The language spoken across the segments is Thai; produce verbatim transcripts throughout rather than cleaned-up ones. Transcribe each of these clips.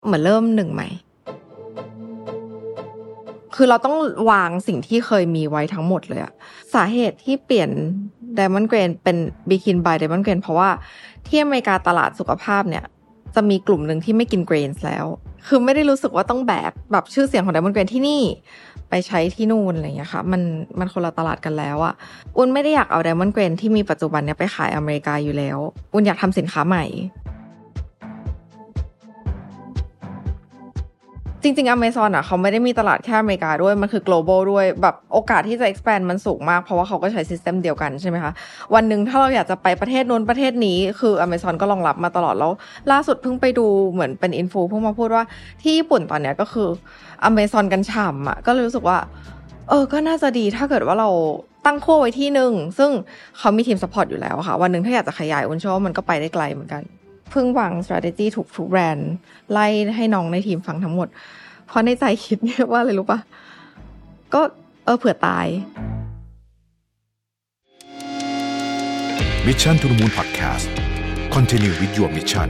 เหมือนเริ่มหนึ่งใหม่คือเราต้องวางสิ่งที่เคยมีไว้ทั้งหมดเลยอะสาเหตุที่เปลี่ยน Diamond Grain เป็น Begin by Diamond Grain เพราะว่าที่อเมริกาตลาดสุขภาพเนี่ยจะมีกลุ่มหนึ่งที่ไม่กินเกรนส์แล้วคือไม่ได้รู้สึกว่าต้องแบกแบบชื่อเสียงของ Diamond Grain ที่นี่ไปใช้ที่นู่นอะไรอย่างเงี้ยค่ะมันมันคนละตลาดกันแล้วอะอุ่นไม่ได้อยากเอา Diamond Grain ที่มีปัจจุบันเนี่ยไปขายอเมริกาอยู่แล้วอุ่นอยากทำสินค้าใหม่จริงๆ Amazon อ่ะเขาไม่ได้มีตลาดแค่อเมริกาด้วยมันคือ global ด้วยแบบโอกาสที่จะ expand มันสูงมากเพราะว่าเขาก็ใช้ system เดียวกันใช่ไหมคะวันนึงถ้าเราอยากจะไปประเทศนู้นประเทศนี้คือ Amazon ก็รองรับมาตลอดแล้วล่าสุดเพิ่งไปดูเหมือนเป็นอินฟูเพิ่งมาพูดว่าที่ญี่ปุ่นตอนเนี้ยก็คือ Amazon กันฉ่ำอ่ะก็เลยรู้สึกว่าเออก็น่าจะดีถ้าเกิดว่าเราตั้งขั้วไว้ที่นึงซึ่งเขามีทีม support อยู่แล้วค่ะวันนึงถ้าอยากจะขยายอุ่นเชื่อว่ามันก็ไปได้ไกลเหมือนกันเพิ่งวาง strategy ทุกทุกแบรนด์ไล่ให้น้องในทีมฟังทั้งหมดเพราะในใจคิดเนี่ยว่าอะไรรู้ป่ะก็เออเผื่อตาย Mission to the Moon Podcast Continue with your mission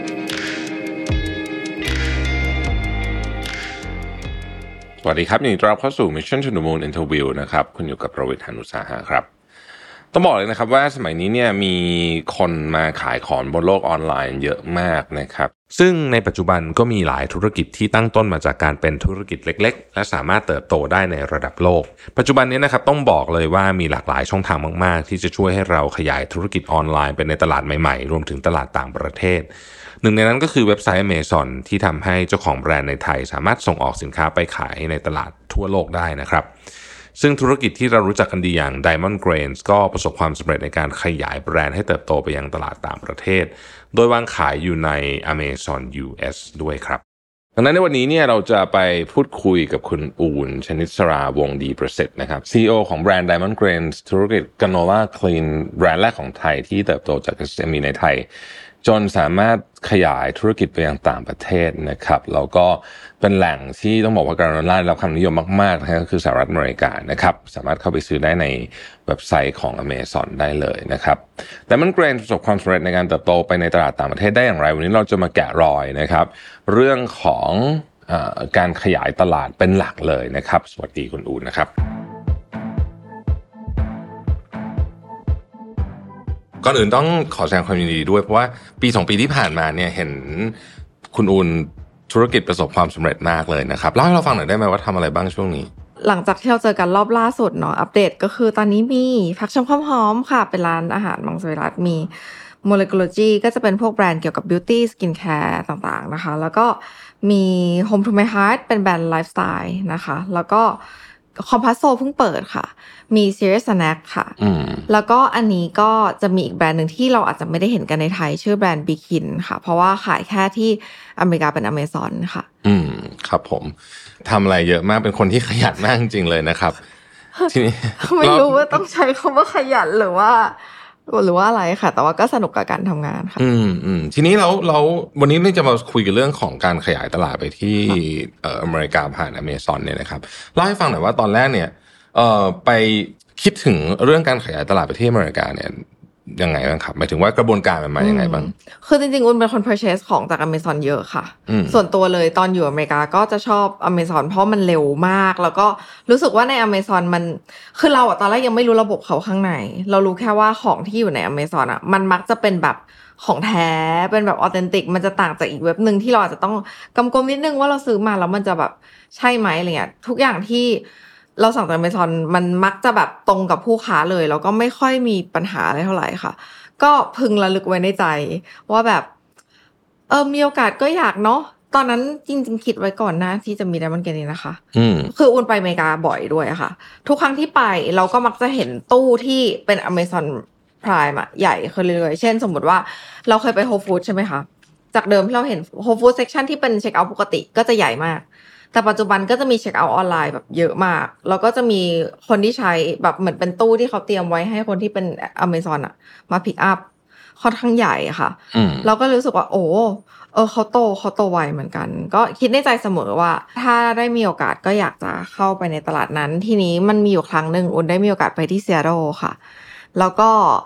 สวัสดีครับยินดีต้อนรับเข้าสู่ Mission to the Moon Interview นะครับคุณอยู่กับประวิตร หาญอุตสาหะครับต้องบอกเลยนะครับว่าสมัยนี้เนี่ยมีคนมาขายของบนโลกออนไลน์เยอะมากนะครับซึ่งในปัจจุบันก็มีหลายธุรกิจที่ตั้งต้นมาจากการเป็นธุรกิจเล็กๆและสามารถเติบโตได้ในระดับโลกปัจจุบันนี้นะครับต้องบอกเลยว่ามีหลากหลายช่องทางมากๆที่จะช่วยให้เราขยายธุรกิจออนไลน์ไปในตลาดใหม่ๆรวมถึงตลาดต่างประเทศหนึ่งในนั้นก็คือเว็บไซต์ Amazon ที่ทำให้เจ้าของแบรนด์ในไทยสามารถส่งออกสินค้าไปขายในตลาดทั่วโลกได้นะครับซึ่งธุรกิจที่เรารู้จักกันดีอย่าง Diamond Grains ก็ประสบความสำเร็จในการขยายแบรนด์ให้เติบโตไปยังตลาดต่างประเทศโดยวางขายอยู่ใน Amazon ยู เอส ด้วยครับดังนั้นในวันนี้เนี่ยเราจะไปพูดคุยกับคุณอูนชนิสราวงศ์ดีประสิทธิ์นะครับ ซี อี โอ ของแบรนด์ Diamond Grains ธุรกิจ Granola Clean แบรนด์แรกของไทยที่เติบโตจาก เอส เอ็ม อี ในไทยจนสามารถขยายธุรกิจไปยังต่างประเทศนะครับแล้วก็เป็นแหล่งที่ต้องบอกว่ากราโนล่าได้รับความนิยมมากๆนะก็คือสหรัฐอเมริกานะครับสามารถเข้าไปซื้อได้ในเว็บไซต์ของ Amazon ได้เลยนะครับแต่Diamond Grainsประสบความสำเร็จในการเติบโตไปในตลาดต่างประเทศได้อย่างไรวันนี้เราจะมาแกะรอยนะครับเรื่องของเอ่อการขยายตลาดเป็นหลักเลยนะครับสวัสดีคุณอูนนะครับก่อนอื่นต้องขอแสดงความยินดีด้วยเพราะว่าปีสองปีที่ผ่านมาเนี่ยเห็นคุณอูนธุรกิจประสบความสำเร็จมากเลยนะครับเล่าให้เราฟังหน่อยได้ไหมว่าทำอะไรบ้างช่วงนี้หลังจากที่เราเจอกันรอบล่าสุดเนาะอัปเดตก็คือตอนนี้มีผักชมความหอมค่ะเป็นร้านอาหารมังสวิรัติมี Molecology ก็จะเป็นพวกแบรนด์เกี่ยวกับ Beauty Skin Care ต่างๆนะคะแล้วก็มี Home to My Heart เป็นแบรนด์ไลฟ์สไตล์นะคะแล้วก็คอมพัสโซเพิ่งเปิดค่ะมี Serious Snack ค่ะแล้วก็อันนี้ก็จะมีอีกแบรนด์หนึ่งที่เราอาจจะไม่ได้เห็นกันในไทยชื่อแบรนด์ Bikin ค่ะเพราะว่าขายแค่ที่อเมริกาเป็น Amazon ค่ะอืมครับผมทำอะไรเยอะมากเป็นคนที่ขยันมากจริงๆเลยนะครับทีนี้ไม่รู้ว่าต้องใช้คำว่าขยันหรือว่าหรือว่าอะไรค่ะแต่ว่าก็สนุกกับการทำงานค่ะอืมอืมทีนี้เราเราวันนี้เราจะมาคุยกันเรื่องของการขยายตลาดไปที่เอ่ออเมริกาผ่าน Amazon เนี่ยนะครับเล่าให้ฟังหน่อยว่าตอนแรกเนี่ยเอ่อไปคิดถึงเรื่องการขยายตลาดไปที่อเมริกาเนี่ยยังไงบ้างครับหมายถึงว่ากระบวนการมันมายังไงบ้างคือจริงๆอุ่นเป็นคน purchase ของจาก Amazon เยอะค่ะส่วนตัวเลยตอนอยู่อเมริกาก็จะชอบ Amazon เพราะมันเร็วมากแล้วก็รู้สึกว่าใน Amazon มันคือเราอะตอนแรกยังไม่รู้ระบบเขาข้างในเรารู้แค่ว่าของที่อยู่ใน Amazon อะมันมักจะเป็นแบบของแท้เป็นแบบ authentic มันจะต่างจากอีกเว็บนึงที่เราอาจจะต้องกำกวมนิดนึงว่าเราซื้อมาแล้วมันจะแบบใช่ไหมอะไรเงี้ยทุกอย่างที่เราสั่งจาก Amazon มันมักจะแบบตรงกับผู้ค้าเลยแล้วก็ไม่ค่อยมีปัญหาอะไรเท่าไหร่ค่ะก็พึงระลึกไว้ในใจว่าแบบเออมีโอกาสก็อยากเนาะตอนนั้นจริงๆคิดไว้ก่อนหน้าที่จะมี Diamond Grain นี่นะคะอืมคืออุ่นไปอเมริกาบ่อยด้วยค่ะทุกครั้งที่ไปเราก็มักจะเห็นตู้ที่เป็น Amazon Prime อ่ะใหญ่ขึ้นเรื่อยๆเช่นสมมุติว่าเราเคยไป Whole Foods ใช่ไหมคะจากเดิมที่เราเห็น Whole Foods section ที่เป็นเช็คเอาท์ปกติก็จะใหญ่มากแต่ปัจจุบันก็จะมีเช็คเอาท์ออนไลน์แบบเยอะมากแล้วก็จะมีคนที่ใช้แบบเหมือนเป็นตู้ที่เขาเตรียมไว้ให้คนที่เป็น Amazon อ่ะมาพิกอัพค่อนข้างใหญ่ค่ะเราก็รู้สึกว่าโอ้เออเขาโตเขาโตไวเหมือนกันก็คิดในใจเสมอว่าถ้าได้มีโอกาสก็อยากจะเข้าไปในตลาดนั้นทีนี้มันมีอยู่ครั้งนึงอุ่นได้มีโอกาสไปที่ซีแอตเทิลค่ะแล้วก็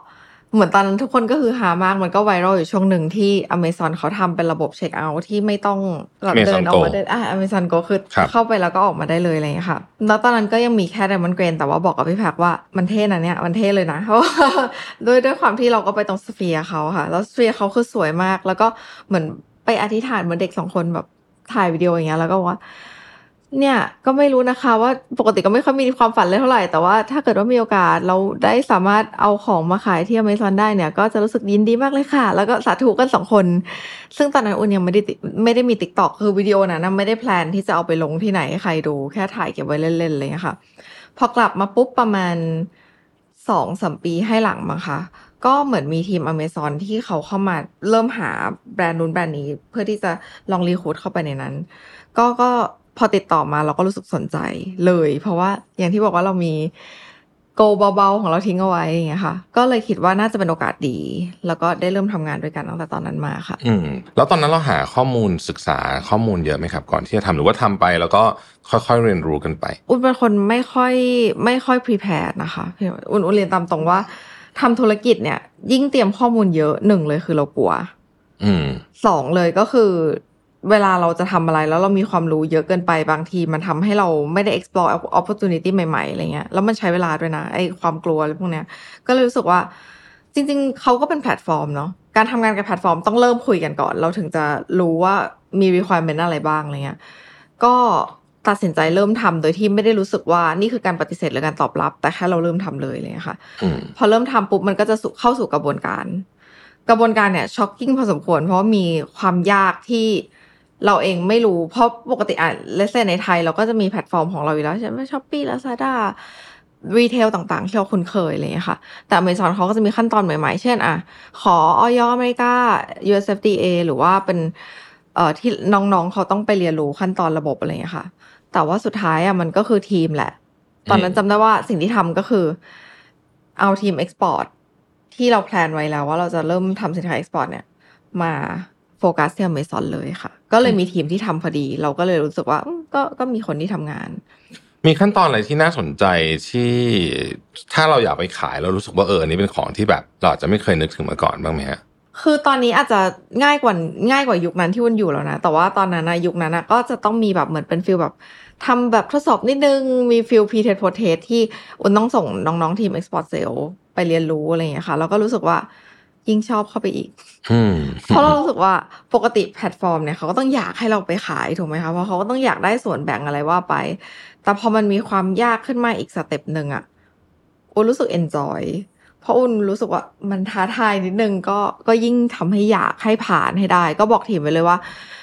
เหมือนตอนนั้นทุกคนก็คือหามากมันก็ไวรัลอยู่ช่วงหนึ่งที่ Amazon เขาทำเป็นระบบเช็คเอาท์ที่ไม่ต้องเดินออกมาได้อ่ะ Amazon Go คือเข้าไปแล้วก็ออกมาได้เลยอะไรอย่างเงี้ยค่ะแล้วตอนนั้นก็ยังมีแค่ Diamond Grain แต่ว่าบอกกับพี่แพคว่ามันเท่นะเนี่ยมันเท่เลยนะเพราะด้วยด้วยความที่เราก็ไปตรงสเฟียร์เขาค่ะแล้วสเฟียร์เขาคือสวยมากแล้วก็เหมือนไปอธิษฐานเหมือนเด็กสองคนแบบถ่ายวิดีโออย่างเงี้ยแล้วก็ว่าเนี่ยก็ไม่รู้นะคะว่าปกติก็ไม่ค่อยมีความฝันเลยเท่าไหร่แต่ว่าถ้าเกิดว่ามีโอกาสเราได้สามารถเอาของมาขายที่ Amazon ได้เนี่ยก็จะรู้สึกยินดีมากเลยค่ะแล้วก็สาธุกันสองคนซึ่งตอนนั้นอุ่นยังไม่ได้ไม่ได้มี TikTok คือวิดีโอนั้นไม่ได้แพลนที่จะเอาไปลงที่ไหนให้ใครดูแค่ถ่ายเก็บไว้เล่นๆเลยค่ะพอกลับมาปุ๊บประมาณ สองถึงสาม ปีให้หลังมั้งคะก็เหมือนมีทีม Amazon ที่เขาเข้ามาเริ่มหาแบรนด์นู้นแบรนด์นี้เพื่อที่จะลองรีครูทเข้าไปในนั้นก็ก็พอติดต่อมาเราก็รู้สึกสนใจเลยเพราะว่าอย่างที่บอกว่าเรามีโกเบาๆของเราทิ้งเอาไว้อย่างเงี้ยค่ะก็เลยคิดว่าน่าจะเป็นโอกาสดีแล้วก็ได้เริ่มทำงานด้วยกันตั้งแต่ตอนนั้นมาค่ะอืมแล้วตอนนั้นเราหาข้อมูลศึกษาข้อมูลเยอะไหมครับก่อนที่จะทำหรือว่าทำไปแล้วก็ค่อยๆเรียนรู้กันไปอุ่นเป็นคนไม่ค่อยไม่ค่อย prepare นะคะอุ่นอุ่นเรียนตามตรงว่าทำธุรกิจเนี่ยยิ่งเตรียมข้อมูลเยอะหนึ่งเลยคือเรากลัวอืมสองเลยก็คือเวลาเราจะทำอะไรแล้วเรามีความรู้เยอะเกินไปบางทีมันทำให้เราไม่ได้ explore opportunity ใหม่ๆอะไรเงี้ยแล้วมันใช้เวลาด้วยนะไอ้ความกลัวอะไรพวกเนี้ยก็เลยรู้สึกว่าจริงๆเขาก็เป็นแพลตฟอร์มเนาะการทำงานกับแพลตฟอร์มต้องเริ่มคุยกันก่อนเราถึงจะรู้ว่ามี requirement อะไรบ้างอะไรเงี้ยก็ตัดสินใจเริ่มทำโดยที่ไม่ได้รู้สึกว่านี่คือการปฏิเสธหรือการตอบรับแต่แค่เราเริ่มทำเลยอะไรเงี้ยค่ะพอเริ่มทำปุ๊บมันก็จะเข้าสู่กระบวนการกระบวนการเนี่ยช็อกกิ้งพอสมควรเพราะมีความยากที่เราเองไม่รู้เพราะปกติอ่ะเลสเซ่ในไทยเราก็จะมีแพลตฟอร์มของเราอยู่แล้วใช่ไหม Shopee Lazada รีเทลต่างๆที่เราคุ้นเคยอะไรอย่างเงี้ยค่ะแต่ Amazon เขาก็จะมีขั้นตอนใหม่ๆเช่นอ่ะขออย.อเมริกา ยู เอส เอฟ ดี เอ หรือว่าเป็นเอ่อที่น้องๆเขาต้องไปเรียนรู้ขั้นตอนระบบอะไรอย่างเงี้ยค่ะแต่ว่าสุดท้ายอ่ะมันก็คือทีมแหละตอนนั้นจำได้ว่าสิ่งที่ทำก็คือเอาทีม export ที่เราแพลนไว้แล้วว่าเราจะเริ่มทำสินค้า export เนี่ยมาโฟกัสที่ Amazon เลยค่ะก็เลยมีทีมที่ทำพอดีเราก็เลยรู้สึกว่าก็ก็มีคนที่ทำงานมีขั้นตอนอะไรที่น่าสนใจที่ถ้าเราอยากไปขายเรารู้สึกว่าเอออันนี้เป็นของที่แบบเราอาจจะไม่เคยนึกถึงมาก่อนบ้างไหมฮะคือตอนนี้อาจจะง่ายกว่าง่ายกว่ายุคนั้นที่วุ่นอยู่แล้วนะแต่ว่าตอนนั้นนะยุคนั้นนะก็จะต้องมีแบบเหมือนเป็นฟีลแบบทำแบบทดสอบนิดนึงมีฟีล pre-test post-test ที่อุ่นต้องส่งน้องๆทีม export sale ไปเรียนรู้อะไรอย่างเงี้ยค่ะแล้วก็รู้สึกว่ายิ่งชอบเข้าไปอีกเพราะเรารู้สึกว่าปกติแพลตฟอร์มเนี่ยเขาก็ต้องอยากให้เราไปขายถูกไหมคะเพราะเขาก็ต้องอยากได้ส่วนแบ่งอะไรว่าไปแต่พอมันมีความยากขึ้นมาอีกสเต็ปนึงอ่ะอุ่นรู้สึก enjoy เพราะอุ่นรู้สึกว่ามันท้าทายนิดนึงก็ก็ยิ่งทำให้อยากให้ผ่านให้ได้ก็บอกทีมไปเลยว่า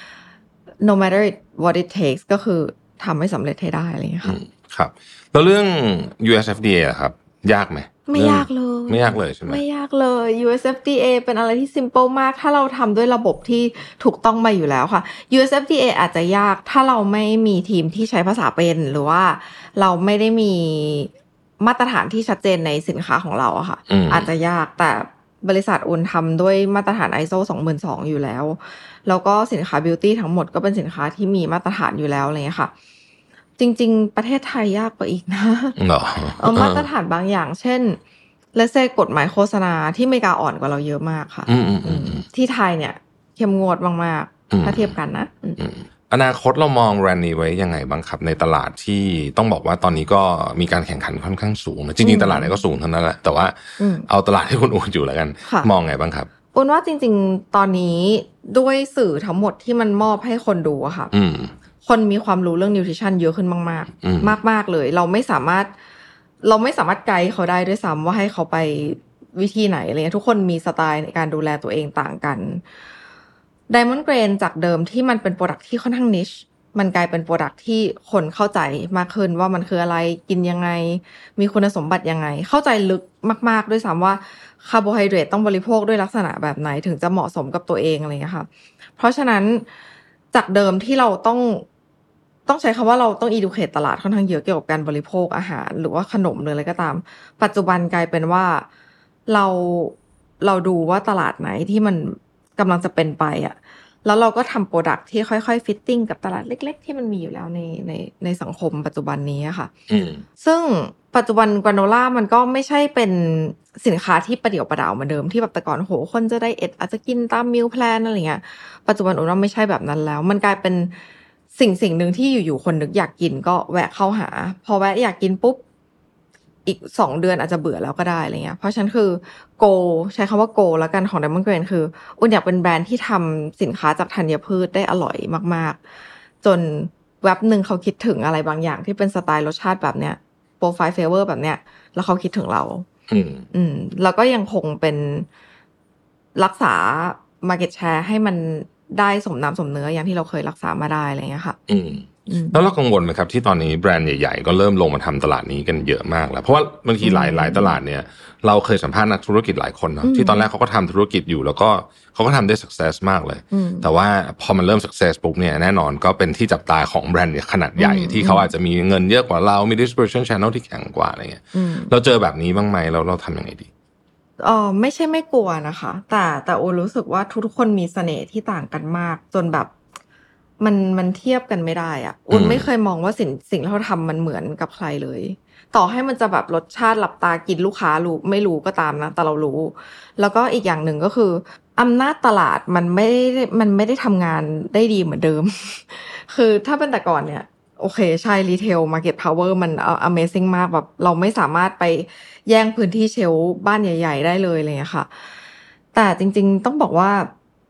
no matter what it takes ก็คือทำให้สำเร็จให้ได้อะไรอย่างเงี้ยค่ะครับแล้วเรื่อง ยู เอส เอฟ ดี เอ อะครับยากไหมไม่ยากเลยไม่ยากเลยใช่ไหมไม่ยากเลย ยู เอส เอฟ ดี เอ เป็นอะไรที่ simple มากถ้าเราทำด้วยระบบที่ถูกต้องมาอยู่แล้วค่ะ ยู เอส เอฟ ดี เอ อาจจะยากถ้าเราไม่มีทีมที่ใช้ภาษาเป็นหรือว่าเราไม่ได้มีมาตรฐานที่ชัดเจนในสินค้าของเราอะค่ะอาจจะยากแต่บริษัทอุ่นทำด้วยมาตรฐาน ไอ เอส โอ สองหมื่นสอง อยู่แล้วแล้วก็สินค้าบิวตี้ทั้งหมดก็เป็นสินค้าที่มีมาตรฐานอยู่แล้วอะไรอย่างเงี้ยค่ะจริงๆประเทศไทยยากกว่าอีกนะเออมาตรฐานบางอย่างเช่นเลเซกฎหมายโฆษณาที่อเมริกาอ่อนกว่าเราเยอะมากค่ะที่ไทยเนี่ยเข้มงวดมากๆถ้าเทียบกันนะอนาคตเรามองแบรนด์นี้ไว้ยังไงบ้างครับในตลาดที่ต้องบอกว่าตอนนี้ก็มีการแข่งขันค่อนข้างสูงจริงๆตลาดไหนก็สูงเท่านั้นแหละแต่ว่าเอาตลาดที่คุณอุ่นอยู่แล้วกันมองไงบ้างครับอุ่นว่าจริงๆตอนนี้ด้วยสื่อทั้งหมดที่มันมอบให้คนดูอะค่ะคนมีความรู้เรื่องนิวทริชั่นเยอะขึ้นมากๆมากๆเลยเราไม่สามารถเราไม่สามารถไกด์เขาได้ด้วยซ้ำว่าให้เขาไปวิธีไหนอะไรเงี้ยทุกคนมีสไตล์ในการดูแลตัวเองต่างกัน Diamond Grain จากเดิมที่มันเป็นโปรดักต์ที่ค่อนข้างนิชมันกลายเป็นโปรดักต์ที่คนเข้าใจมากขึ้นว่ามันคืออะไรกินยังไงมีคุณสมบัติยังไงเข้าใจลึกมากๆด้วยซ้ำว่าคาร์โบไฮเดรตต้องบริโภคด้วยลักษณะแบบไหนถึงจะเหมาะสมกับตัวเองอะไรเงี้ยค่ะเพราะฉะนั้นจากเดิมที่เราต้องต้องใช้คำว่าเราต้อง educate ตลาดค่อนข้างเยอะเกี่ยวกับการบริโภคอาหารหรือว่าขนมหรืออะไรก็ตามปัจจุบันกลายเป็นว่าเราเราดูว่าตลาดไหนที่มันกำลังจะเป็นไปอ่ะแล้วเราก็ทำโปรดักที่ค่อยๆฟิตติ้งกับตลาดเล็กๆที่มันมีอยู่แล้วในในในสังคมปัจจุบันนี้ค่ะซึ่งปัจจุบันกราโนล่ามันก็ไม่ใช่เป็นสินค้าที่ประเดี่ยวประดาวเหมือนเดิมที่แบบแต่ก่อนโหคนจะได้เอ็ดอาจจะกินตามมิลแพลนอะไรเงี้ยปัจจุบันอุ่นว่าไม่ใช่แบบนั้นแล้วมันกลายเป็นสิ่งสิ่งหนึ่งที่อยู่ๆคนนึกอยากกินก็แวะเข้าหาพอแวะอยากกินปุ๊บอีกสองเดือนอาจจะเบื่อแล้วก็ได้อะไรเงี้ยเพราะฉะนั้นคือโกใช้คำว่าโกแล้วกันของ Diamond Grain คืออุ่นอยากเป็นแบรนด์ที่ทำสินค้าจากธัญพืชได้อร่อยมากๆจนแวบนึงเขาคิดถึงอะไรบางอย่างที่เป็นสไตล์รสชาติแบบเนี้ยโปรไฟล์เฟเวอร์แบบเนี้ยแล้วเขาคิดถึงเราอืมอืมแล้วก็ยังคงเป็นรักษา market share ให้มันได้สมน้ำสมเนื้ออย่างที่เราเคยรักษามาได้อะไรเงี้ยค่ะอืมแล้วเรากังวลไหมครับที่ตอนนี้แบรนด์ใหญ่ๆก็เริ่มลงมาทำตลาดนี้กันเยอะมากแล้วเพราะว่าบางทีหลายหลายตลาดเนี่ยเราเคยสัมภาษณ์นักธุรกิจหลายคนเนาะที่ตอนแรกเขาก็ทำธุรกิจอยู่แล้วก็เขาก็ทำได้ success มากเลยแต่ว่าพอมันเริ่ม success ปุ๊บเนี่ยแน่นอนก็เป็นที่จับตาของแบรนด์ขนาดใหญ่ที่เขาอาจจะมีเงินเยอะกว่าเรามี distribution channel ที่แข็งกว่าอะไรเงี้ยเราเจอแบบนี้บ้างไหมเราเราทำยังไงดีอ๋อไม่ใช่ไม่กลัวนะคะแต่แต่โอรู้สึกว่าทุกๆคนมีเสน่ห์ที่ต่างกันมากจนแบบมันมันเทียบกันไม่ได้อ่ะอุ่นไม่เคยมองว่าสิ่งสิ่งที่เราทำมันเหมือนกับใครเลยต่อให้มันจะแบบรสชาติหลับตากินลูกค้ารู้ไม่รู้ก็ตามนะแต่เรารู้แล้วก็อีกอย่างหนึ่งก็คืออำนาจตลาดมันไม่ได้มันไม่ได้ทำงานได้ดีเหมือนเดิม คือถ้าเป็นแต่ก่อนเนี่ยโอเคใช่รีเทลมาร์เก็ตพาวเวอร์มัน Amazing มากแบบเราไม่สามารถไปแย่งพื้นที่เชลฟ์บ้านใหญ่ๆได้เลยอะไรอย่างเงี้ยค่ะแต่จริงๆต้องบอกว่า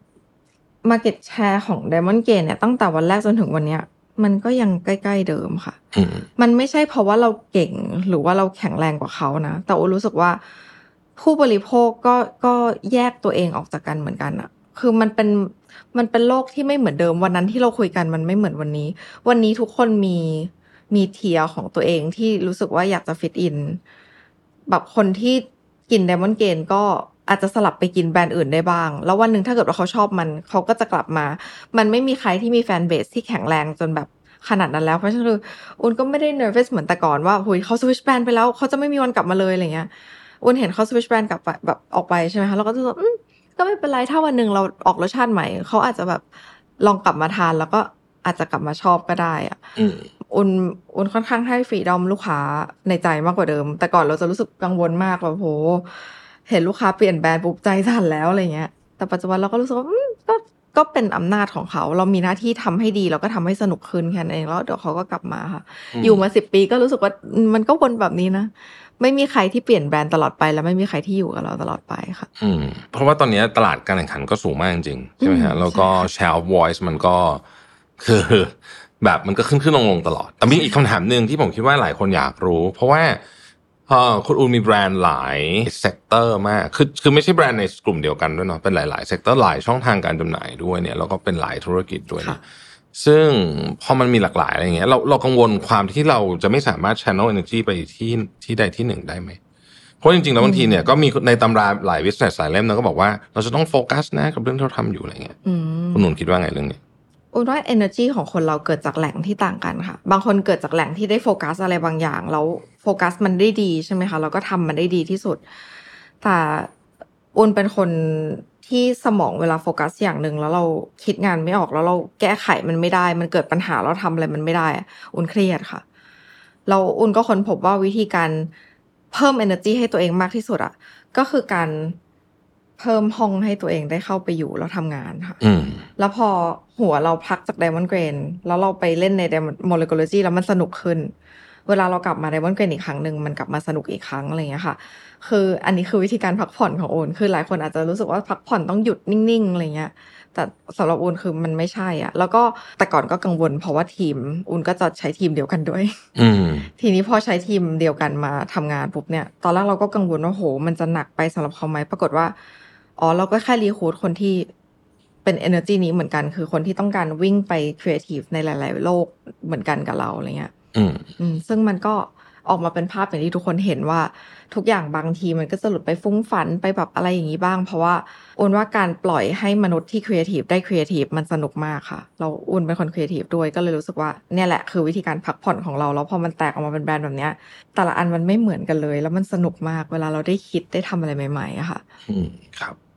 market share ของ Diamond Grain เนี่ยตั้งแต่วันแรกจนถึงวันเนี้ยมันก็ยังใกล้ๆเดิมค่ะมันไม่ใช่เพราะว่าเราเก่งหรือว่าเราแข็งแรงกว่าเขานะแต่โอรู้สึกว่าผู้บริโภคก็ก็แยกตัวเองออกจากกันเหมือนกันอะคือมันเป็นมันเป็นโลกที่ไม่เหมือนเดิมวันนั้นที่เราคุยกันมันไม่เหมือนวันนี้วันนี้ทุกคนมีมีเทียร์ของตัวเองที่รู้สึกว่าอยากจะฟิตอินแบบคนที่กิน Diamond Grain ก็อาจจะสลับไปกินแบรนด์อื่นได้บ้างแล้ววันนึงถ้าเกิดว่าเขาชอบมันเขาก็จะกลับมามันไม่มีใครที่มีแฟนเบสที่แข็งแรงจนแบบขนาดนั้นแล้วเพราะฉะนั้นคืออุ่นก็ไม่ได้ nervous เหมือนแต่ก่อนว่าโหยเขา switch brand ไปแล้วเขาจะไม่มีวันกลับมาเลยอะไรเงี้ยอุ่นเห็นเขา switch brand กลับไปแบบออกไปใช่ไหมคะเราก็จะแบบก็ไม่เป็นไรถ้าวันนึงเราออกรสชาติใหม่เขาอาจจะแบบลองกลับมาทานแล้วก็อาจจะกลับมาชอบก็ได้อ่ะอุ่นอุ่นค่อนข้างให้ฟรีดอมลูกค้าในใจมากกว่าเดิมแต่ก่อนเราจะรู้สึกกังวลมากแบบโหเห็นลูกค้าเปลี่ยนแบรนด์ปุ๊บใจสั่นแล้วอะไรเงี้ยแต่ปัจจุบันเราก็รู้สึกว่าก็ก็เป็นอำนาจของเขาเรามีหน้าที่ทำให้ดีเราก็ทำให้สนุกขึ้นแค่นั้นเองแล้วเดี๋ยวเขาก็กลับมาค่ะอยู่มาสิบปีก็รู้สึกว่ามันก็วนแบบนี้นะไม่มีใครที่เปลี่ยนแบรนด์ตลอดไปแล้วไม่มีใครที่อยู่กับเราตลอดไปค่ะอืมเพราะว่าตอนนี้ตลาดการแข่งขันก็สูงมากจริงๆใช่ไหมฮะแล้วก็ share of voice มันก็คือแบบมันก็ขึ้นขึ้นลงลงตลอดแต่มีอีกคำถามนึงที่ผมคิดว่าหลายคนอยากรู้เพราะว่าเอ่อคุณอูมีแบรนด์หลายเซกเตอร์มากคือคือไม่ใช่แบรนด์ในกลุ่มเดียวกันด้วยเนาะเป็นหลายๆเซกเตอร์หลายช่องทางการจำหน่ายด้วยเนี่ยแล้วก็เป็นหลายธุรกิจด้วยเนี่ยซึ่งพอมันมีหลากหลายอะไรอย่างเงี้ยเราเรากังวลความที่เราจะไม่สามารถ channel energy ไปที่ที่ใดที่หนึ่งได้ไหมเพราะจริงๆแล้วบางทีเนี่ยก็มีในตำราหลาย business หลายเล่มนะก็บอกว่าเราจะต้องโฟกัสนะกับเรื่องที่เราทำอยู่อะไรเงี้ยคุณหนุนคิดว่าไงเรื่องนี้อุ่นว่า energy ของคนเราเกิดจากแหล่งที่ต่างกันค่ะบางคนเกิดจากแหล่งที่ได้โฟกัสอะไรบางอย่างแล้วโฟกัสมันได้ดีใช่ไหมคะเราก็ทำมันได้ดีที่สุดแต่อุ่นเป็นคนที่สมองเวลาโฟกัสอย่างหนึ่งแล้วเราคิดงานไม่ออกแล้วเราแก้ไขมันไม่ได้มันเกิดปัญหาเราทำอะไรมันไม่ได้อุ่นเครียดค่ะเราอุ่นก็ค้นพบว่าวิธีการเพิ่ม energy ให้ตัวเองมากที่สุดอ่ะก็คือการเพิ่มห้องให้ตัวเองได้เข้าไปอยู่แล้วทำงานค่ะแล้วพอหัวเราพักจาก Diamond Grain แล้วเราไปเล่นใน Molecology แล้วมันสนุกขึ้นเวลาเรากลับมา Diamond Grain อีกครั้งนึงมันกลับมาสนุกอีกครั้งอะไรอย่างเงี้ยค่ะคืออันนี้คือวิธีการพักผ่อนของโอนคือหลายคนอาจจะรู้สึกว่าพักผ่อนต้องหยุดนิ่งๆอะไรเงี้ยแต่สำหรับโอนคือมันไม่ใช่อ่ะแล้วก็แต่ก่อนก็กังวลเพราะว่าทีมโอนก็จะใช้ทีมเดียวกันด้วยทีนี้พอใช้ทีมเดียวกันมาทำงานปุ๊บเนี่ยตอนแรกเราก็กังวลว่าโหมันจะหนักไปสำหรับเขาไหมปรากฏว่าอ๋อเราก็แค่รีคูทคนที่เป็น energy นี้เหมือนกันคือคนที่ต้องการวิ่งไป creative ในหลายๆโลกเหมือนกันกับเราอะไรเงี้ยอืมอืมซึ่งมันก็ออกมาเป็นภาพอย่างที่ทุกคนเห็นว่าทุกอย่างบางทีมันก็จะหลุดไปฟุ้งฝันไปแบบอะไรอย่างนี้บ้างเพราะว่าโอนว่าการปล่อยให้มนุษย์ที่ creative ได้ creative มันสนุกมากค่ะเราโอนเป็นคน creative ด้วยก็เลยรู้สึกว่าเนี่ยแหละคือวิธีการพักผ่อนของเราแล้วพอมันแตกออกมาเป็นแบรนด์แบบเนี้ยแต่ละอันมันไม่เหมือนกันเลยแล้วมันสนุกมากเวลาเราได้คิดได้ทำอะไรใหม่ๆอะค่ะอืมครับ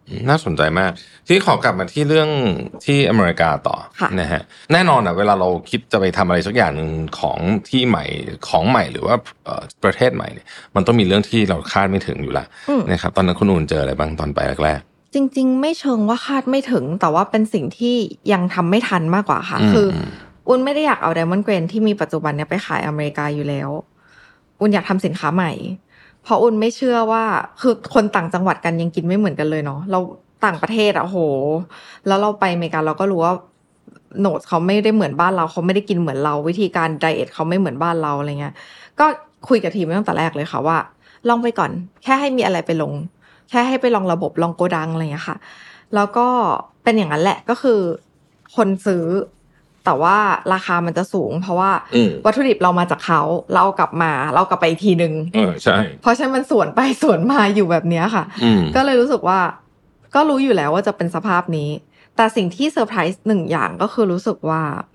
น่าสนใจมากที่ขอกลับมาที่เรื่องที่อเมริกาต่อนะฮะแน่นอนอ่ะเวลาเราคิดจะไปทำอะไรสักอย่างนึงของที่ใหม่ของใหม่หรือว่าประเทศใหม่เนี่ยมันต้องมีเรื่องที่เราคาดไม่ถึงอยู่ละนะครับตอนนั้นคุณอุ่นเจออะไรบ้างตอนไปแรกๆจริงๆไม่เชิงว่าคาดไม่ถึงแต่ว่าเป็นสิ่งที่ยังทำไม่ทันมากกว่าค่ะคืออุ่นไม่ได้อยากเอา Diamond Grain ที่มีปัจจุบันเนี่ยไปขายอเมริกาอยู่แล้วอุ่นอยากทำสินค้าใหม่เพราะอุ่นไม่เชื่อว่าคือคนต่างจังหวัดกันยังกินไม่เหมือนกันเลยเนาะเราต่างประเทศอะโหแล้วเราไปอเมริกาเราก็รู้ว่าโนตเขาไม่ได้เหมือนบ้านเราเขาไม่ได้กินเหมือนเราวิธีการไดเอทเขาไม่เหมือนบ้านเราอะไรเงี้ยก็คุยกับทีมตั้งแต่แรกเลยค่ะว่าลองไปก่อนแค่ให้มีอะไรไปลงแค่ให้ไปลองระบบลองโกดังอะไรเงี้ยค่ะแล้วก็เป็นอย่างนั้นแหละก็คือคนซื้อแต่ว่าราคามันจะสูงเพราะว่าวัตถุดิบเรามาจากเขาเรากลับมาเรากลับไปอีกทีนึงเออใช่เพราะฉะนั้นมันสวนไปสวนมาอยู่แบบนี้ค่ะก็เลยรู้สึกว่าก็รู้อยู่แล้วว่าจะเป็นสภาพนี้แต่สิ่งที่เซอร์ไพรส์หนึ่งอย่างก็คือรู้สึกว่า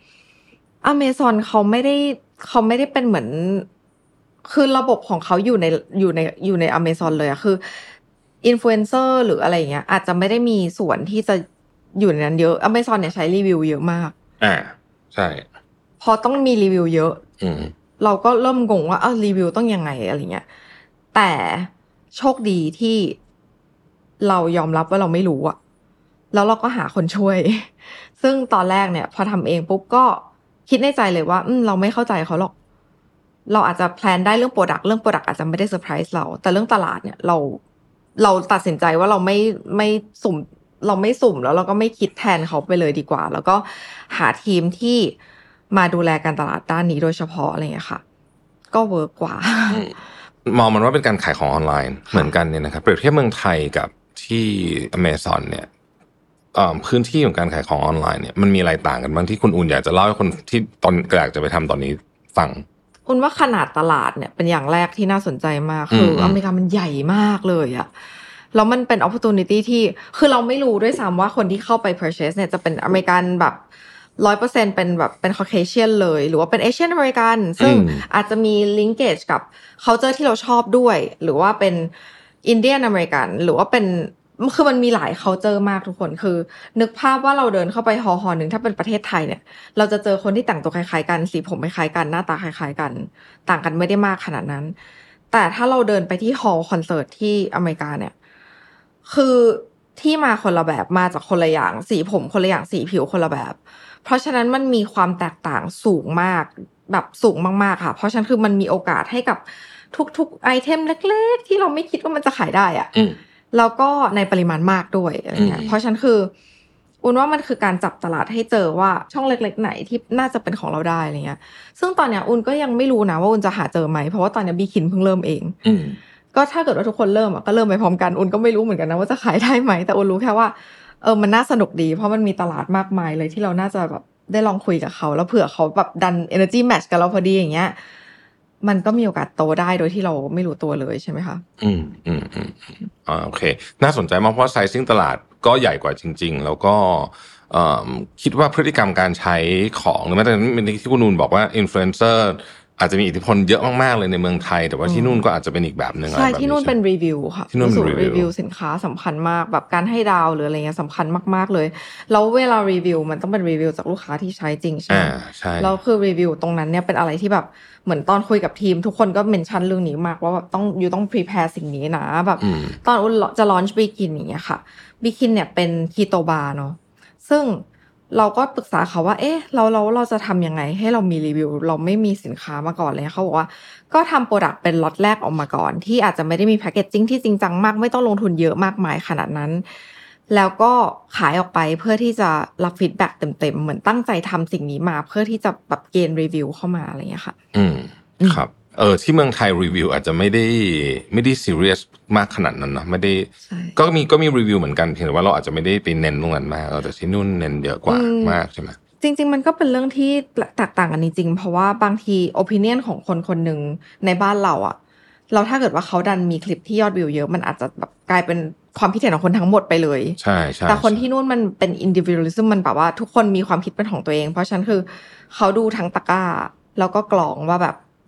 Amazon เขาไม่ได้เขาไม่ได้เป็นเหมือนคือระบบของเขาอยู่ในอยู่ในอยู่ใน Amazon เลยอะคืออินฟลูเอนเซอร์หรืออะไรอย่างเงี้ยอาจจะไม่ได้มีส่วนที่จะอยู่ในนั้นเยอะ Amazon เนี่ยใช้รีวิวเยอะมากอ่าใช่พอต้องมีรีวิวเยอะอืมเราก็เริ่มงงว่าอ้าวรีวิวต้องยังไงอะไรเงี้ยแต่โชคดีที่เรายอมรับว่าเราไม่รู้อะแล้วเราก็หาคนช่วยซึ่งตอนแรกเนี่ยพอทำเองปุ๊บก็คิดในใจเลยว่าอืมเราไม่เข้าใจเขาหรอกเราอาจจะแพลนได้เรื่องโปรดักต์เรื่องโปรดักต์อาจจะไม่ได้เซอร์ไพรส์เราแต่เรื่องตลาดเนี่ยเราเราตัดสินใจว่าเราไม่ไม่สุ่มเราไม่สุ่มแล้วเราก็ไม่คิดแทนเขาไปเลยดีกว่าแล้วก็หาทีมที่มาดูแลการตลาดด้านนี้โดยเฉพาะอะไรอย่างเงี้ยค่ะก็เวิร์กกว่ามองมันว่าเป็นการขายของออนไลน์เหมือนกันเนี่ยนะครับเปรียบเทียบเมืองไทยกับที่ Amazon เนี่ยพื้นที่ของการขายของออนไลน์เนี่ยมันมีอะไรต่างกันบ้างที่คุณอุ่นอยากจะเล่าให้คนที่ตอนอยากจะไปทำตอนนี้ฟังอุ่นว่าขนาดตลาดเนี่ยเป็นอย่างแรกที่น่าสนใจมากคืออเมริกามันใหญ่มากเลยอะแล้วมันเป็น opportunity ที่คือเราไม่รู้ด้วยซ้ำว่าคนที่เข้าไป purchase เนี่ยจะเป็นอเมริกันแบบ ร้อยเปอร์เซ็นต์ เป็นแบบเป็น Caucasian เลยหรือว่าเป็น Asian American ซึ่งอาจจะมี linkage กับ culture ที่เราชอบด้วยหรือว่าเป็น Indian American หรือว่าเป็นคือมันมีหลาย culture มากทุกคนคือนึกภาพว่าเราเดินเข้าไปฮอลล์ฮอลล์นึงถ้าเป็นประเทศไทยเนี่ยเราจะเจอคนที่แต่งตัวคล้ายๆกันสีผมคล้ายๆกันหน้าตาคล้ายๆกันต่างกันไม่ได้มากขนาดนั้นแต่ถ้าเราเดินไปที่ฮอลล์คอนเสิร์ตที่อเมริกาเนี่ยคือที่มาคนละแบบมาจากคนละอย่างสีผมคนละอย่างสีผิวคนละแบบเพราะฉะนั้นมันมีความแตกต่างสูงมากแบบสูงมากๆค่ะเพราะฉะนั้นคือมันมีโอกาสให้กับทุกๆไอเทมเล็กๆที่เราไม่คิดว่ามันจะขายได้อะแล้วก็ในปริมาณมากด้วยอะไรเงี้ยเพราะฉะนั้นคืออุ่นว่ามันคือการจับตลาดให้เจอว่าช่องเล็กๆไหนที่น่าจะเป็นของเราได้อะไรเงี้ยซึ่งตอนเนี้ยอุ่นก็ยังไม่รู้นะว่าอุ่นจะหาเจอไหมเพราะว่าตอนเนี้ยบีคินเพิ่งเริ่มเองก็ถ้าเกิดว่าทุกคนเริ่มอ่ะก็เริ่มไปพร้อมกันอุ่นก็ไม่รู้เหมือนกันนะว่าจะขายได้ไหมแต่อุ่นรู้แค่ว่าเออมันน่าสนุกดีเพราะมันมีตลาดมากมายเลยที่เราน่าจะแบบได้ลองคุยกับเขาแล้วเผื่อเขาแบบดัน energy match กับเราพอดีอย่างเงี้ยมันก็มีโอกาสโตได้โดยที่เราไม่รู้ตัวเลยใช่ไหมคะอืมอืมอืมอ่าโอเคน่าสนใจมากเพราะไซซิ่งตลาดก็ใหญ่กว่าจริงๆแล้วก็คิดว่าพฤติกรรมการใช้ของหรือแม้แต่ที่คุณนูนบอกว่าอินฟลูเอนเซอร์อาจจะมีอิทธิพลเยอะมากๆเลยในเมืองไทยแต่ว่าที่นู่นก็อาจจะเป็นอีกแบบนึงใช่ที่นู่นเป็นรีวิวค่ะที่นู่นเป็นรีวิวสินค้าสำคัญมากแบบการให้ดาวหรืออะไรเงี้ยสำคัญมากๆเลยแล้วเวลารีวิวมันต้องเป็นรีวิวจากลูกค้าที่ใช้จริงใช่ไหมแล้วคือรีวิวตรงนั้นเนี่ยเป็นอะไรที่แบบเหมือนตอนคุยกับทีมทุกคนก็เมนชั่นเรื่องนี้มากว่าแบบต้องอยู่ต้อง prepare สิ่งนี้นะแบบตอนจะ launch Bikin อย่างเงี้ยค่ะ Bikin เนี่ยเป็น keto bar เนาะซึ่งเราก็ปรึกษาเขาว่าเอ๊ะเราเราเราจะทำยังไงให้เรามีรีวิวเราไม่มีสินค้ามาก่อนเลยเขาบอกว่าก็ทำโปรดักต์เป็นล็อตแรกออกมาก่อนที่อาจจะไม่ได้มีแพคเกจจิ้งที่จริงจังมากไม่ต้องลงทุนเยอะมากมายขนาดนั้นแล้วก็ขายออกไปเพื่อที่จะรับฟีดแบ็กเต็มๆเหมือนตั้งใจทำสิ่งนี้มาเพื่อที่จะแบบเกณฑ์รีวิวเข้ามาอะไรอย่างเงี้ยค่ะอืมครับเออที่เมืองไทยรีวิวอาจจะไม่ได้ไม่ได้ซีเรียสมากขนาดนั้นนะไม่ได้ก็มีก็มีรีวิวเหมือนกันเพียงแต่ว่าเราอาจจะไม่ได้ไปเน้นตรงนั้นมากแต่ที่นู่นเน้นเยอะกว่ามากใช่ไหมจริงๆมันก็เป็นเรื่องที่แตกต่างกันจริงๆเพราะว่าบางที opinion ของคนคนหนึ่งในบ้านเราอะเราถ้าเกิดว่าเขาดันมีคลิปที่ยอดวิวเยอะมันอาจจะแบบกลายเป็นความคิดเห็นของคนทั้งหมดไปเลยใช่ใช่แต่คนที่นู่นมันเป็น individualism มันแบบว่าทุกคนมีความคิดเป็นของตัวเองเพราะฉะนั้นคือเขาดูทั้งตะกร้าแล้วก็กรองว่าแบบอ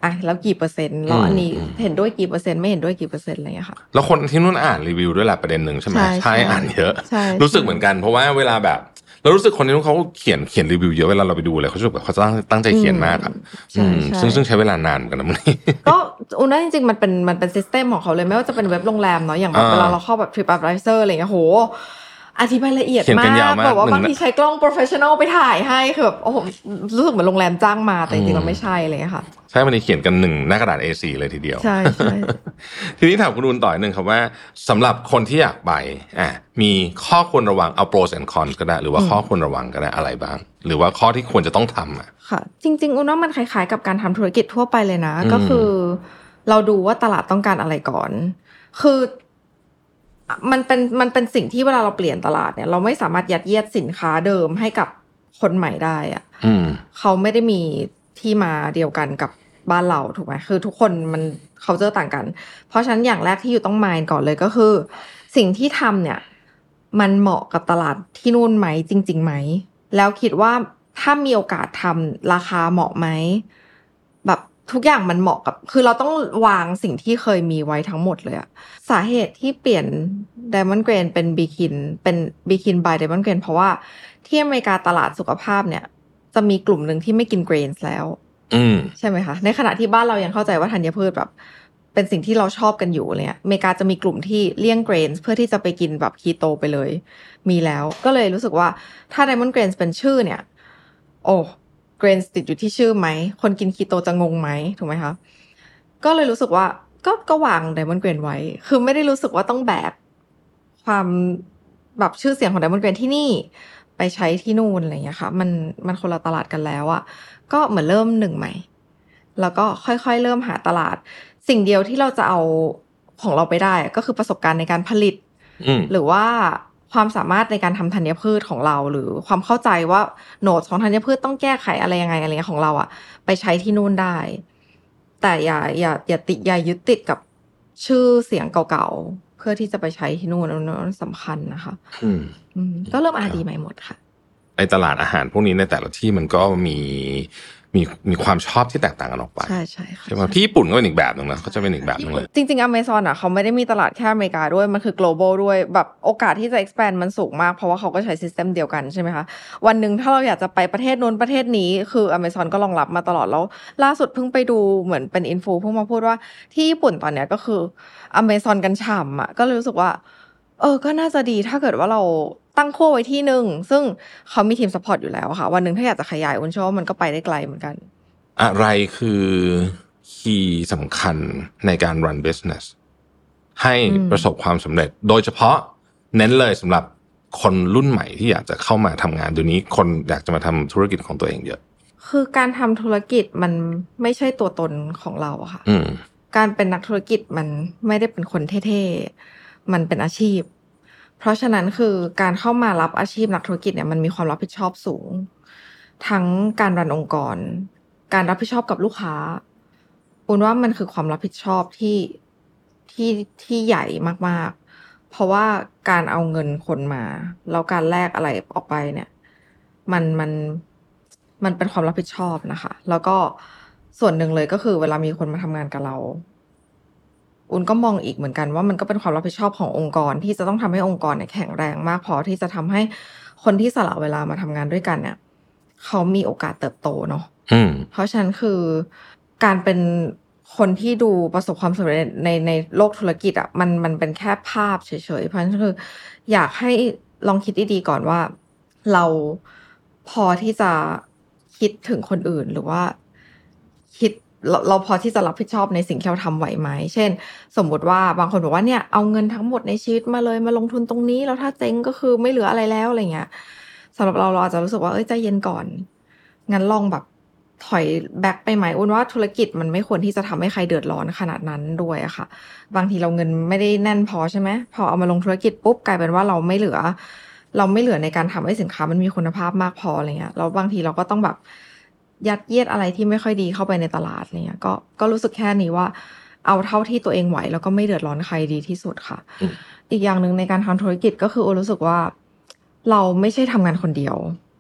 อ่ะแล้วกี่เปอร์เซ็นต์แล้วอันนี้เห็นด้วยกี่เปอร์เซ็นต์ไม่เห็นด้วยกี่เปอร์เซ็นต์อะไรอย่างเงี้ยค่ะแล้วคนที่นู่นอ่านรีวิวด้วยแหละประเด็นหนึ่งใช่ไหมใช่อ่านเยอะรู้สึกเหมือนกันเพราะว่าเวลาแบบเรารู้สึกคนที่นู้นเขาเขียนเขียนรีวิวเยอะเวลาเราไปดูเลยเขารู้สึกแบบเขาตั้งตั้งใจเขียนมากอ่ะซึ่งซึ่งใช้เวลานานเหมือนกันนะมันก็อุนว่าจริงๆมันเป็นมันเป็นซิสเต็มของเขาเลยไม่ว่าจะเป็นเว็บโรงแรมเนาะอย่างแบบเวลาเราเข้าแบบ TripAdvisor อะไรเงี้ยโหอธิบายละเอียดมากแบบว่าบางทีใช้กล้องโปรเฟชชั่นอลไปถ่ายให้คือแบบโอ้โหรู้สึกเหมือนโรงแรมจ้างมาแต่จริงๆมันไม่ใช่เลยค่ะใช่มันเขียนกันหนึ่งหน้ากระดาษ เอ โฟร์ เลยทีเดียวใช่ใช่ทีนี้ถามคุณดุลต่อหนึ่งครับว่าสำหรับคนที่อยากไปอ่ะมีข้อควรระวังเอา pros and cons ก็ได้หรือว่าข้อควรระวังก็ได้อะไรบ้างหรือว่าข้อที่ควรจะต้องทำอ่ะค่ะจริงๆอุนว่ามันคล้ายๆกับการทำธุรกิจทั่วไปเลยนะก็คือเราดูว่าตลาดต้องการอะไรก่อนคือมันเป็นมันเป็นสิ่งที่เวลาเราเปลี่ยนตลาดเนี่ยเราไม่สามารถยัดเยียดสินค้าเดิมให้กับคนใหม่ได้อ่ะเขาไม่ได้มีที่มาเดียวกันกับบ้านเราถูกไหมคือทุกคนมันเขาเจอต่างกันเพราะฉะนั้นอย่างแรกที่อยู่ต้องมายก่อนเลยก็คือสิ่งที่ทำเนี่ยมันเหมาะกับตลาดที่นู่นไหมจริงๆไหมแล้วคิดว่าถ้ามีโอกาสทำราคาเหมาะไหมแบบทุกอย่างมันเหมาะกับคือเราต้องวางสิ่งที่เคยมีไว้ทั้งหมดเลยอะสาเหตุที่เปลี่ยน Diamond Grain เป็น Bikin เป็น Bikin by Diamond Grain เพราะว่าที่อเมริกาตลาดสุขภาพเนี่ยจะมีกลุ่มหนึ่งที่ไม่กินเกรนส์แล้วใช่ไหมคะในขณะที่บ้านเรายังเข้าใจว่าธัญพืชแบบเป็นสิ่งที่เราชอบกันอยู่เนี่ยอเมริกาจะมีกลุ่มที่เลี่ยงเกรนส์เพื่อที่จะไปกินแบบคีโตไปเลยมีแล้วก็เลยรู้สึกว่าถ้า Diamond Grain เป็นชื่อเนี่ยโอ้เกรนส์ติดอยู่ที่ชื่อไหมคนกินคีโตจะงงไหมถูกไหมคะก็เลยรู้สึกว่าก็ก็วาง Diamond Grain ไว้คือไม่ได้รู้สึกว่าต้องแบกความแบบชื่อเสียงของ Diamond Grain ที่นี่ไปใช้ที่นู่นอะไรอย่างเงี้ยค่ะมันมันคนละตลาดกันแล้วอ่ะก็เหมือนเริ่มหนึ่งใหม่แล้วก็ค่อยๆเริ่มหาตลาดสิ่งเดียวที่เราจะเอาของเราไปได้ก็คือประสบการณ์ในการผลิตหรือว่าความสามารถในการทำธัญพืชของเราหรือความเข้าใจว่าโหนดของธัญพืชต้องแก้ไขอะไรยังไงอะไรของเราอ่ะไปใช้ที่นู่นได้แต่อย่าอย่าอย่าติดอย่ายึดติดกับชื่อเสียงเก่าๆเพื่อที่จะไปใช้ที่นู่นนั่นสำคัญนะคะก็เริ่มอาดีใหม่หมดค่ะไอ้ตลาดอาหารพวกนี้ในแต่ละที่มันก็มีมีมีความชอบที่แตกต่างกันออกไปใช่ใช่ค่ะใช่ไหมที่ญี่ปุ่นก็เป็นอีกแบบนึงนะเขาจะเป็นอีกแบบนึงเลยจริงๆ Amazon อ่ะเขาไม่ได้มีตลาดแค่อเมริกาด้วยมันคือ global ด้วยแบบโอกาสที่จะ expand มันสูงมากเพราะว่าเขาก็ใช้ system เดียวกันใช่ไหมคะวันนึงถ้าเราอยากจะไปประเทศนู้นประเทศนี้คือ Amazon ก็รองรับมาตลอดแล้วล่าสุดเพิ่งไปดูเหมือนเป็นอินฟูเพิ่งมาพูดว่าที่ญี่ปุ่นตอนเนี้ยก็คือ Amazon กันฉ่ำอ่ะก็เลยรู้สึกว่าเออก็น่าจะดีถ้าเกิดว่าเราตั้งโค้ไว้ที่นึงซึ่งเขามีทีมซัพพอร์ตอยู่แล้วค่ะวันนึงถ้าอยากจะขยายอุ่นเชื่อว่ามันก็ไปได้ไกลเหมือนกันอะไรคือคีย์สำคัญในการ run business ให้ประสบความสำเร็จโดยเฉพาะเน้นเลยสำหรับคนรุ่นใหม่ที่อยากจะเข้ามาทำงานเดี๋ยวนี้คนอยากจะมาทำธุรกิจของตัวเองเยอะคือการทำธุรกิจมันไม่ใช่ตัวตนของเราอะค่ะการเป็นนักธุรกิจมันไม่ได้เป็นคนเท่ๆมันเป็นอาชีพเพราะฉะนั้นคือการเข้ามารับอาชีพนักธุรกิจเนี่ยมันมีความรับผิดชอบสูงทั้งการรันองค์กรการรับผิดชอบกับลูกค้าอุ่นว่ามันคือความรับผิดชอบที่ที่ที่ใหญ่มากๆเพราะว่าการเอาเงินคนมาแล้วการแลกอะไรออกไปเนี่ยมันมันมันเป็นความรับผิดชอบนะคะแล้วก็ส่วนหนึ่งเลยก็คือเวลามีคนมาทำงานกับเราอุ่นก็มองอีกเหมือนกันว่ามันก็เป็นความรับผิดชอบขององค์กรที่จะต้องทำให้องค์กรเนี่ยแข็งแรงมากพอที่จะทำให้คนที่สละเวลามาทำงานด้วยกันเนี่ยเขามีโอกาสเติบโตเนาะเพราะฉะนั้นคือการเป็นคนที่ดูประสบความสำเร็จในในโลกธุรกิจอ่ะมันมันเป็นแค่ภาพเฉยๆเพราะฉะนั้นคืออยากให้ลองคิดดีๆก่อนว่าเราพอที่จะคิดถึงคนอื่นหรือว่าคิดเราเราพอที่จะรับผิดชอบในสิ่งที่เราทำไหวไหมเช่นสมมติว่าบางคนบอกว่าเนี่ยเอาเงินทั้งหมดในชีวิตมาเลยมาลงทุนตรงนี้แล้วถ้าเจ๊งก็คือไม่เหลืออะไรแล้วอะไรเงี้ยสำหรับเราเราอาจจะรู้สึกว่าเอ้ยใจเย็นก่อนงั้นลองแบบถอยแบ็คไปไหมอุ่นว่าธุรกิจมันไม่ควรที่จะทำให้ใครเดือดร้อนขนาดนั้นด้วยอะค่ะบางทีเราเงินไม่ได้แน่นพอใช่ไหมพอเอามาลงธุรกิจปุ๊บกลายเป็นว่าเราไม่เหลือเราไม่เหลือในการทำให้สินค้ามันมีคุณภาพมากพออะไรเงี้ยแล้วบางทีเราก็ต้องแบบยัดเยียดอะไรที่ไม่ค่อยดีเข้าไปในตลาดอะไรเงี้ยก็ก็รู้สึกแค่นี้ว่าเอาเท่าที่ตัวเองไหวแล้วก็ไม่เดือดร้อนใครดีที่สุดค่ะ อ, อีกอย่างนึงในการทำธุรกิจก็คืออุ่นรู้สึกว่าเราไม่ใช่ทำงานคนเดียว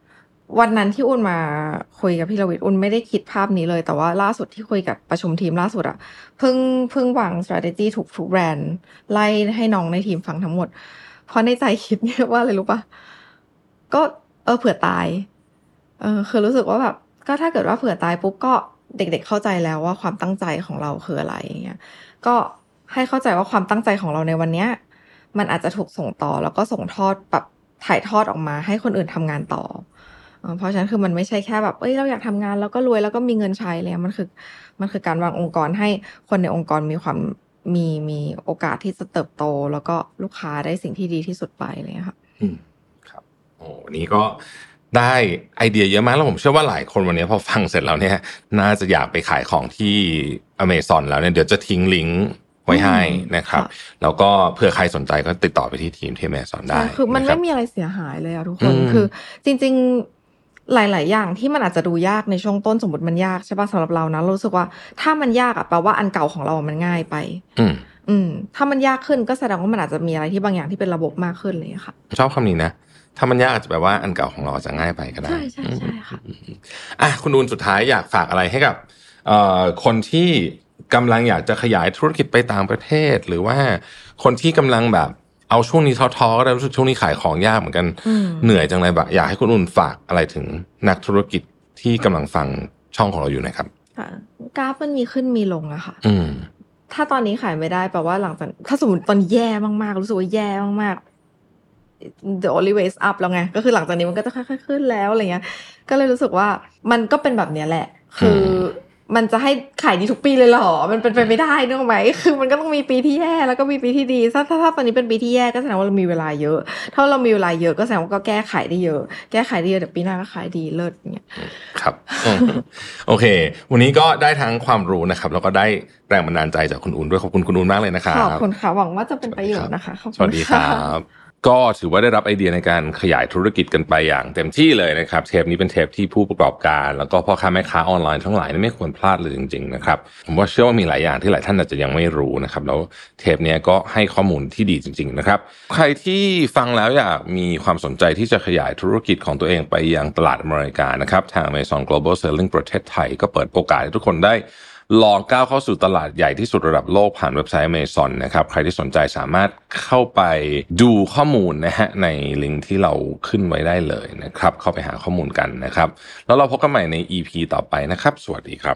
วันนั้นที่อุ่นมาคุยกับพี่รวิทย์อุ่นไม่ได้คิดภาพนี้เลยแต่ว่าล่าสุดที่คุยกับประชุมทีมล่าสุดอะเพิ่งเพิ่งวาง strategy ทุกทุกแบรนด์ไล่ให้น้องในทีมฟังทั้งหมดเพราะในใจคิดเนี่ยว่าอะไรรู้ปะก็เออเผื่อตายเออคือรู้สึกว่าแบบก็ถ้าเกิดว่าเผื่อตายปุ๊บก็เด็กๆเข้าใจแล้วว่าความตั้งใจของเราคืออะไรอย่างเงี้ยก็ให้เข้าใจว่าความตั้งใจของเราในวันเนี้ยมันอาจจะถูกส่งต่อแล้วก็ส่งทอดแบบถ่ายทอดออกมาให้คนอื่นทำงานต่อเพราะฉะนั้นคือมันไม่ใช่แค่แบบเอ้ยเราอยากทำงานแล้วก็รวยแล้วก็มีเงินใช้เลยมันคือมันคือการวางองค์กรให้คนในองค์กรมีความมีมีโอกาสที่จะเติบโตแล้วก็ลูกค้าได้สิ่งที่ดีที่สุดไปเลยค่ะอืมครับโอ้วันนี้ก็ได้ไอเดียเยอะมากแล้วผมเชื่อว่าหลายคนวันนี้พอฟังเสร็จแล้วเนี่ยน่าจะอยากไปขายของที่ Amazon แล้วเนี่ยเดี๋ยวจะทิ้งลิงก์ไว้ให้นะครับแล้วก็เผื่อใครสนใจก็ติดต่อไปที่ทีมที่ Amazon ได้คือมันไม่มีอะไรเสียหายเลยอะทุกคนคือจริงๆหลายๆอย่างที่มันอาจจะดูยากในช่วงต้นสมมติมันยากใช่ป่ะสำหรับเรานะรู้สึกว่าถ้ามันยากอะแปลว่าอันเก่าของเรามันง่ายไปอืมอืมถ้ามันยากขึ้นก็แสดงว่ามันอาจจะมีอะไรที่บางอย่างที่เป็นระบบมากขึ้นเลยค่ะชอบคำนี้นะถ้ามันยากอาจจะแปลว่าอันเก่าของเราจะง่ายไปก็ได้ใช่ใช่ใช่ค่ะอ่ะคุณอูนสุดท้ายอยากฝากอะไรให้กับเอ่อคนที่กำลังอยากจะขยายธุรกิจไปต่างประเทศหรือว่าคนที่กำลังแบบเอาช่วงนี้ท้อๆก็ได้รู้สึกช่วงนี้ขายของยากเหมือนกันเหนื่อยจังเลยแบบอยากให้คุณอูนฝากอะไรถึงนักธุรกิจที่กำลังฟังช่องของเราอยู่นะครับค่ะกราฟมันมีขึ้นมีลงอะค่ะอืมถ้าตอนนี้ขายไม่ได้แปลว่าหลังจากถ้าสมมติตอนแย่มากๆรู้สึกว่าแย่มากๆ the only way is up แล้วไงก็คือหลังจากนี้มันก็จะค่อยๆขึ้นแล้วอะไรเงี้ยก็เลยรู้สึกว่ามันก็เป็นแบบนี้แหละคือมันจะให้ขายดีทุกปีเลยเหรอมันเป็นไปไม่ได้นึกออกไหมคือมันก็ต้องมีปีที่แย่แล้วก็มีปีที่ดีถ้าถ้าถ้าตอนนี้เป็นปีที่แย่ก็แสดงว่าเรามีเวลาเยอะถ้าเรามีเวลาเยอะก็แสดงว่าก็แก้ไขได้เยอะแก้ไขได้เยอะเดี๋ยวปีหน้าก็ขายดีเลิศอย่างเงี้ยครับโอเควันนี้ก็ได้ทั้งความรู้นะครับแล้วก็ได้แรงบันดาลใจจากคุณอุ่นด้วยขอบคุณคุณอุ่นมากเลยนะครับขอบคุณค่ะหวังว่าจะเป็นประโยชน์นะคะสวัสดีครับก็ถือว่าได้รับไอเดียในการขยายธุรกิจกันไปอย่างเต็มที่เลยนะครับเทปนี้เป็นเทปที่ผู้ประกอบการแล้วก็พ่อค้าแม่ค้าออนไลน์ทั้งหลายไม่ควรพลาดเลยจริงๆนะครับผมว่าเชื่อว่ามีหลายอย่างที่หลายท่านอาจจะยังไม่รู้นะครับแล้วเทปนี้ก็ให้ข้อมูลที่ดีจริงๆนะครับใครที่ฟังแล้วอยากมีความสนใจที่จะขยายธุรกิจของตัวเองไปยังตลาดอเมริกานะครับทาง Amazon Global Selling ประเทศไทยก็เปิดโอกาสให้ทุกคนได้ลองก้าวเข้าสู่ตลาดใหญ่ที่สุดระดับโลกผ่านเว็บไซต์ Amazon นะครับใครที่สนใจสามารถเข้าไปดูข้อมูลนะฮะในลิงก์ที่เราขึ้นไว้ได้เลยนะครับเข้าไปหาข้อมูลกันนะครับแล้วเราพบกันใหม่ใน อี พี ต่อไปนะครับสวัสดีครับ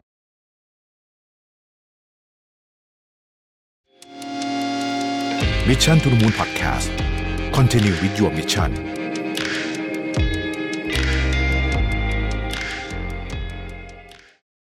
Mission to the Moon Podcast Continue with your mission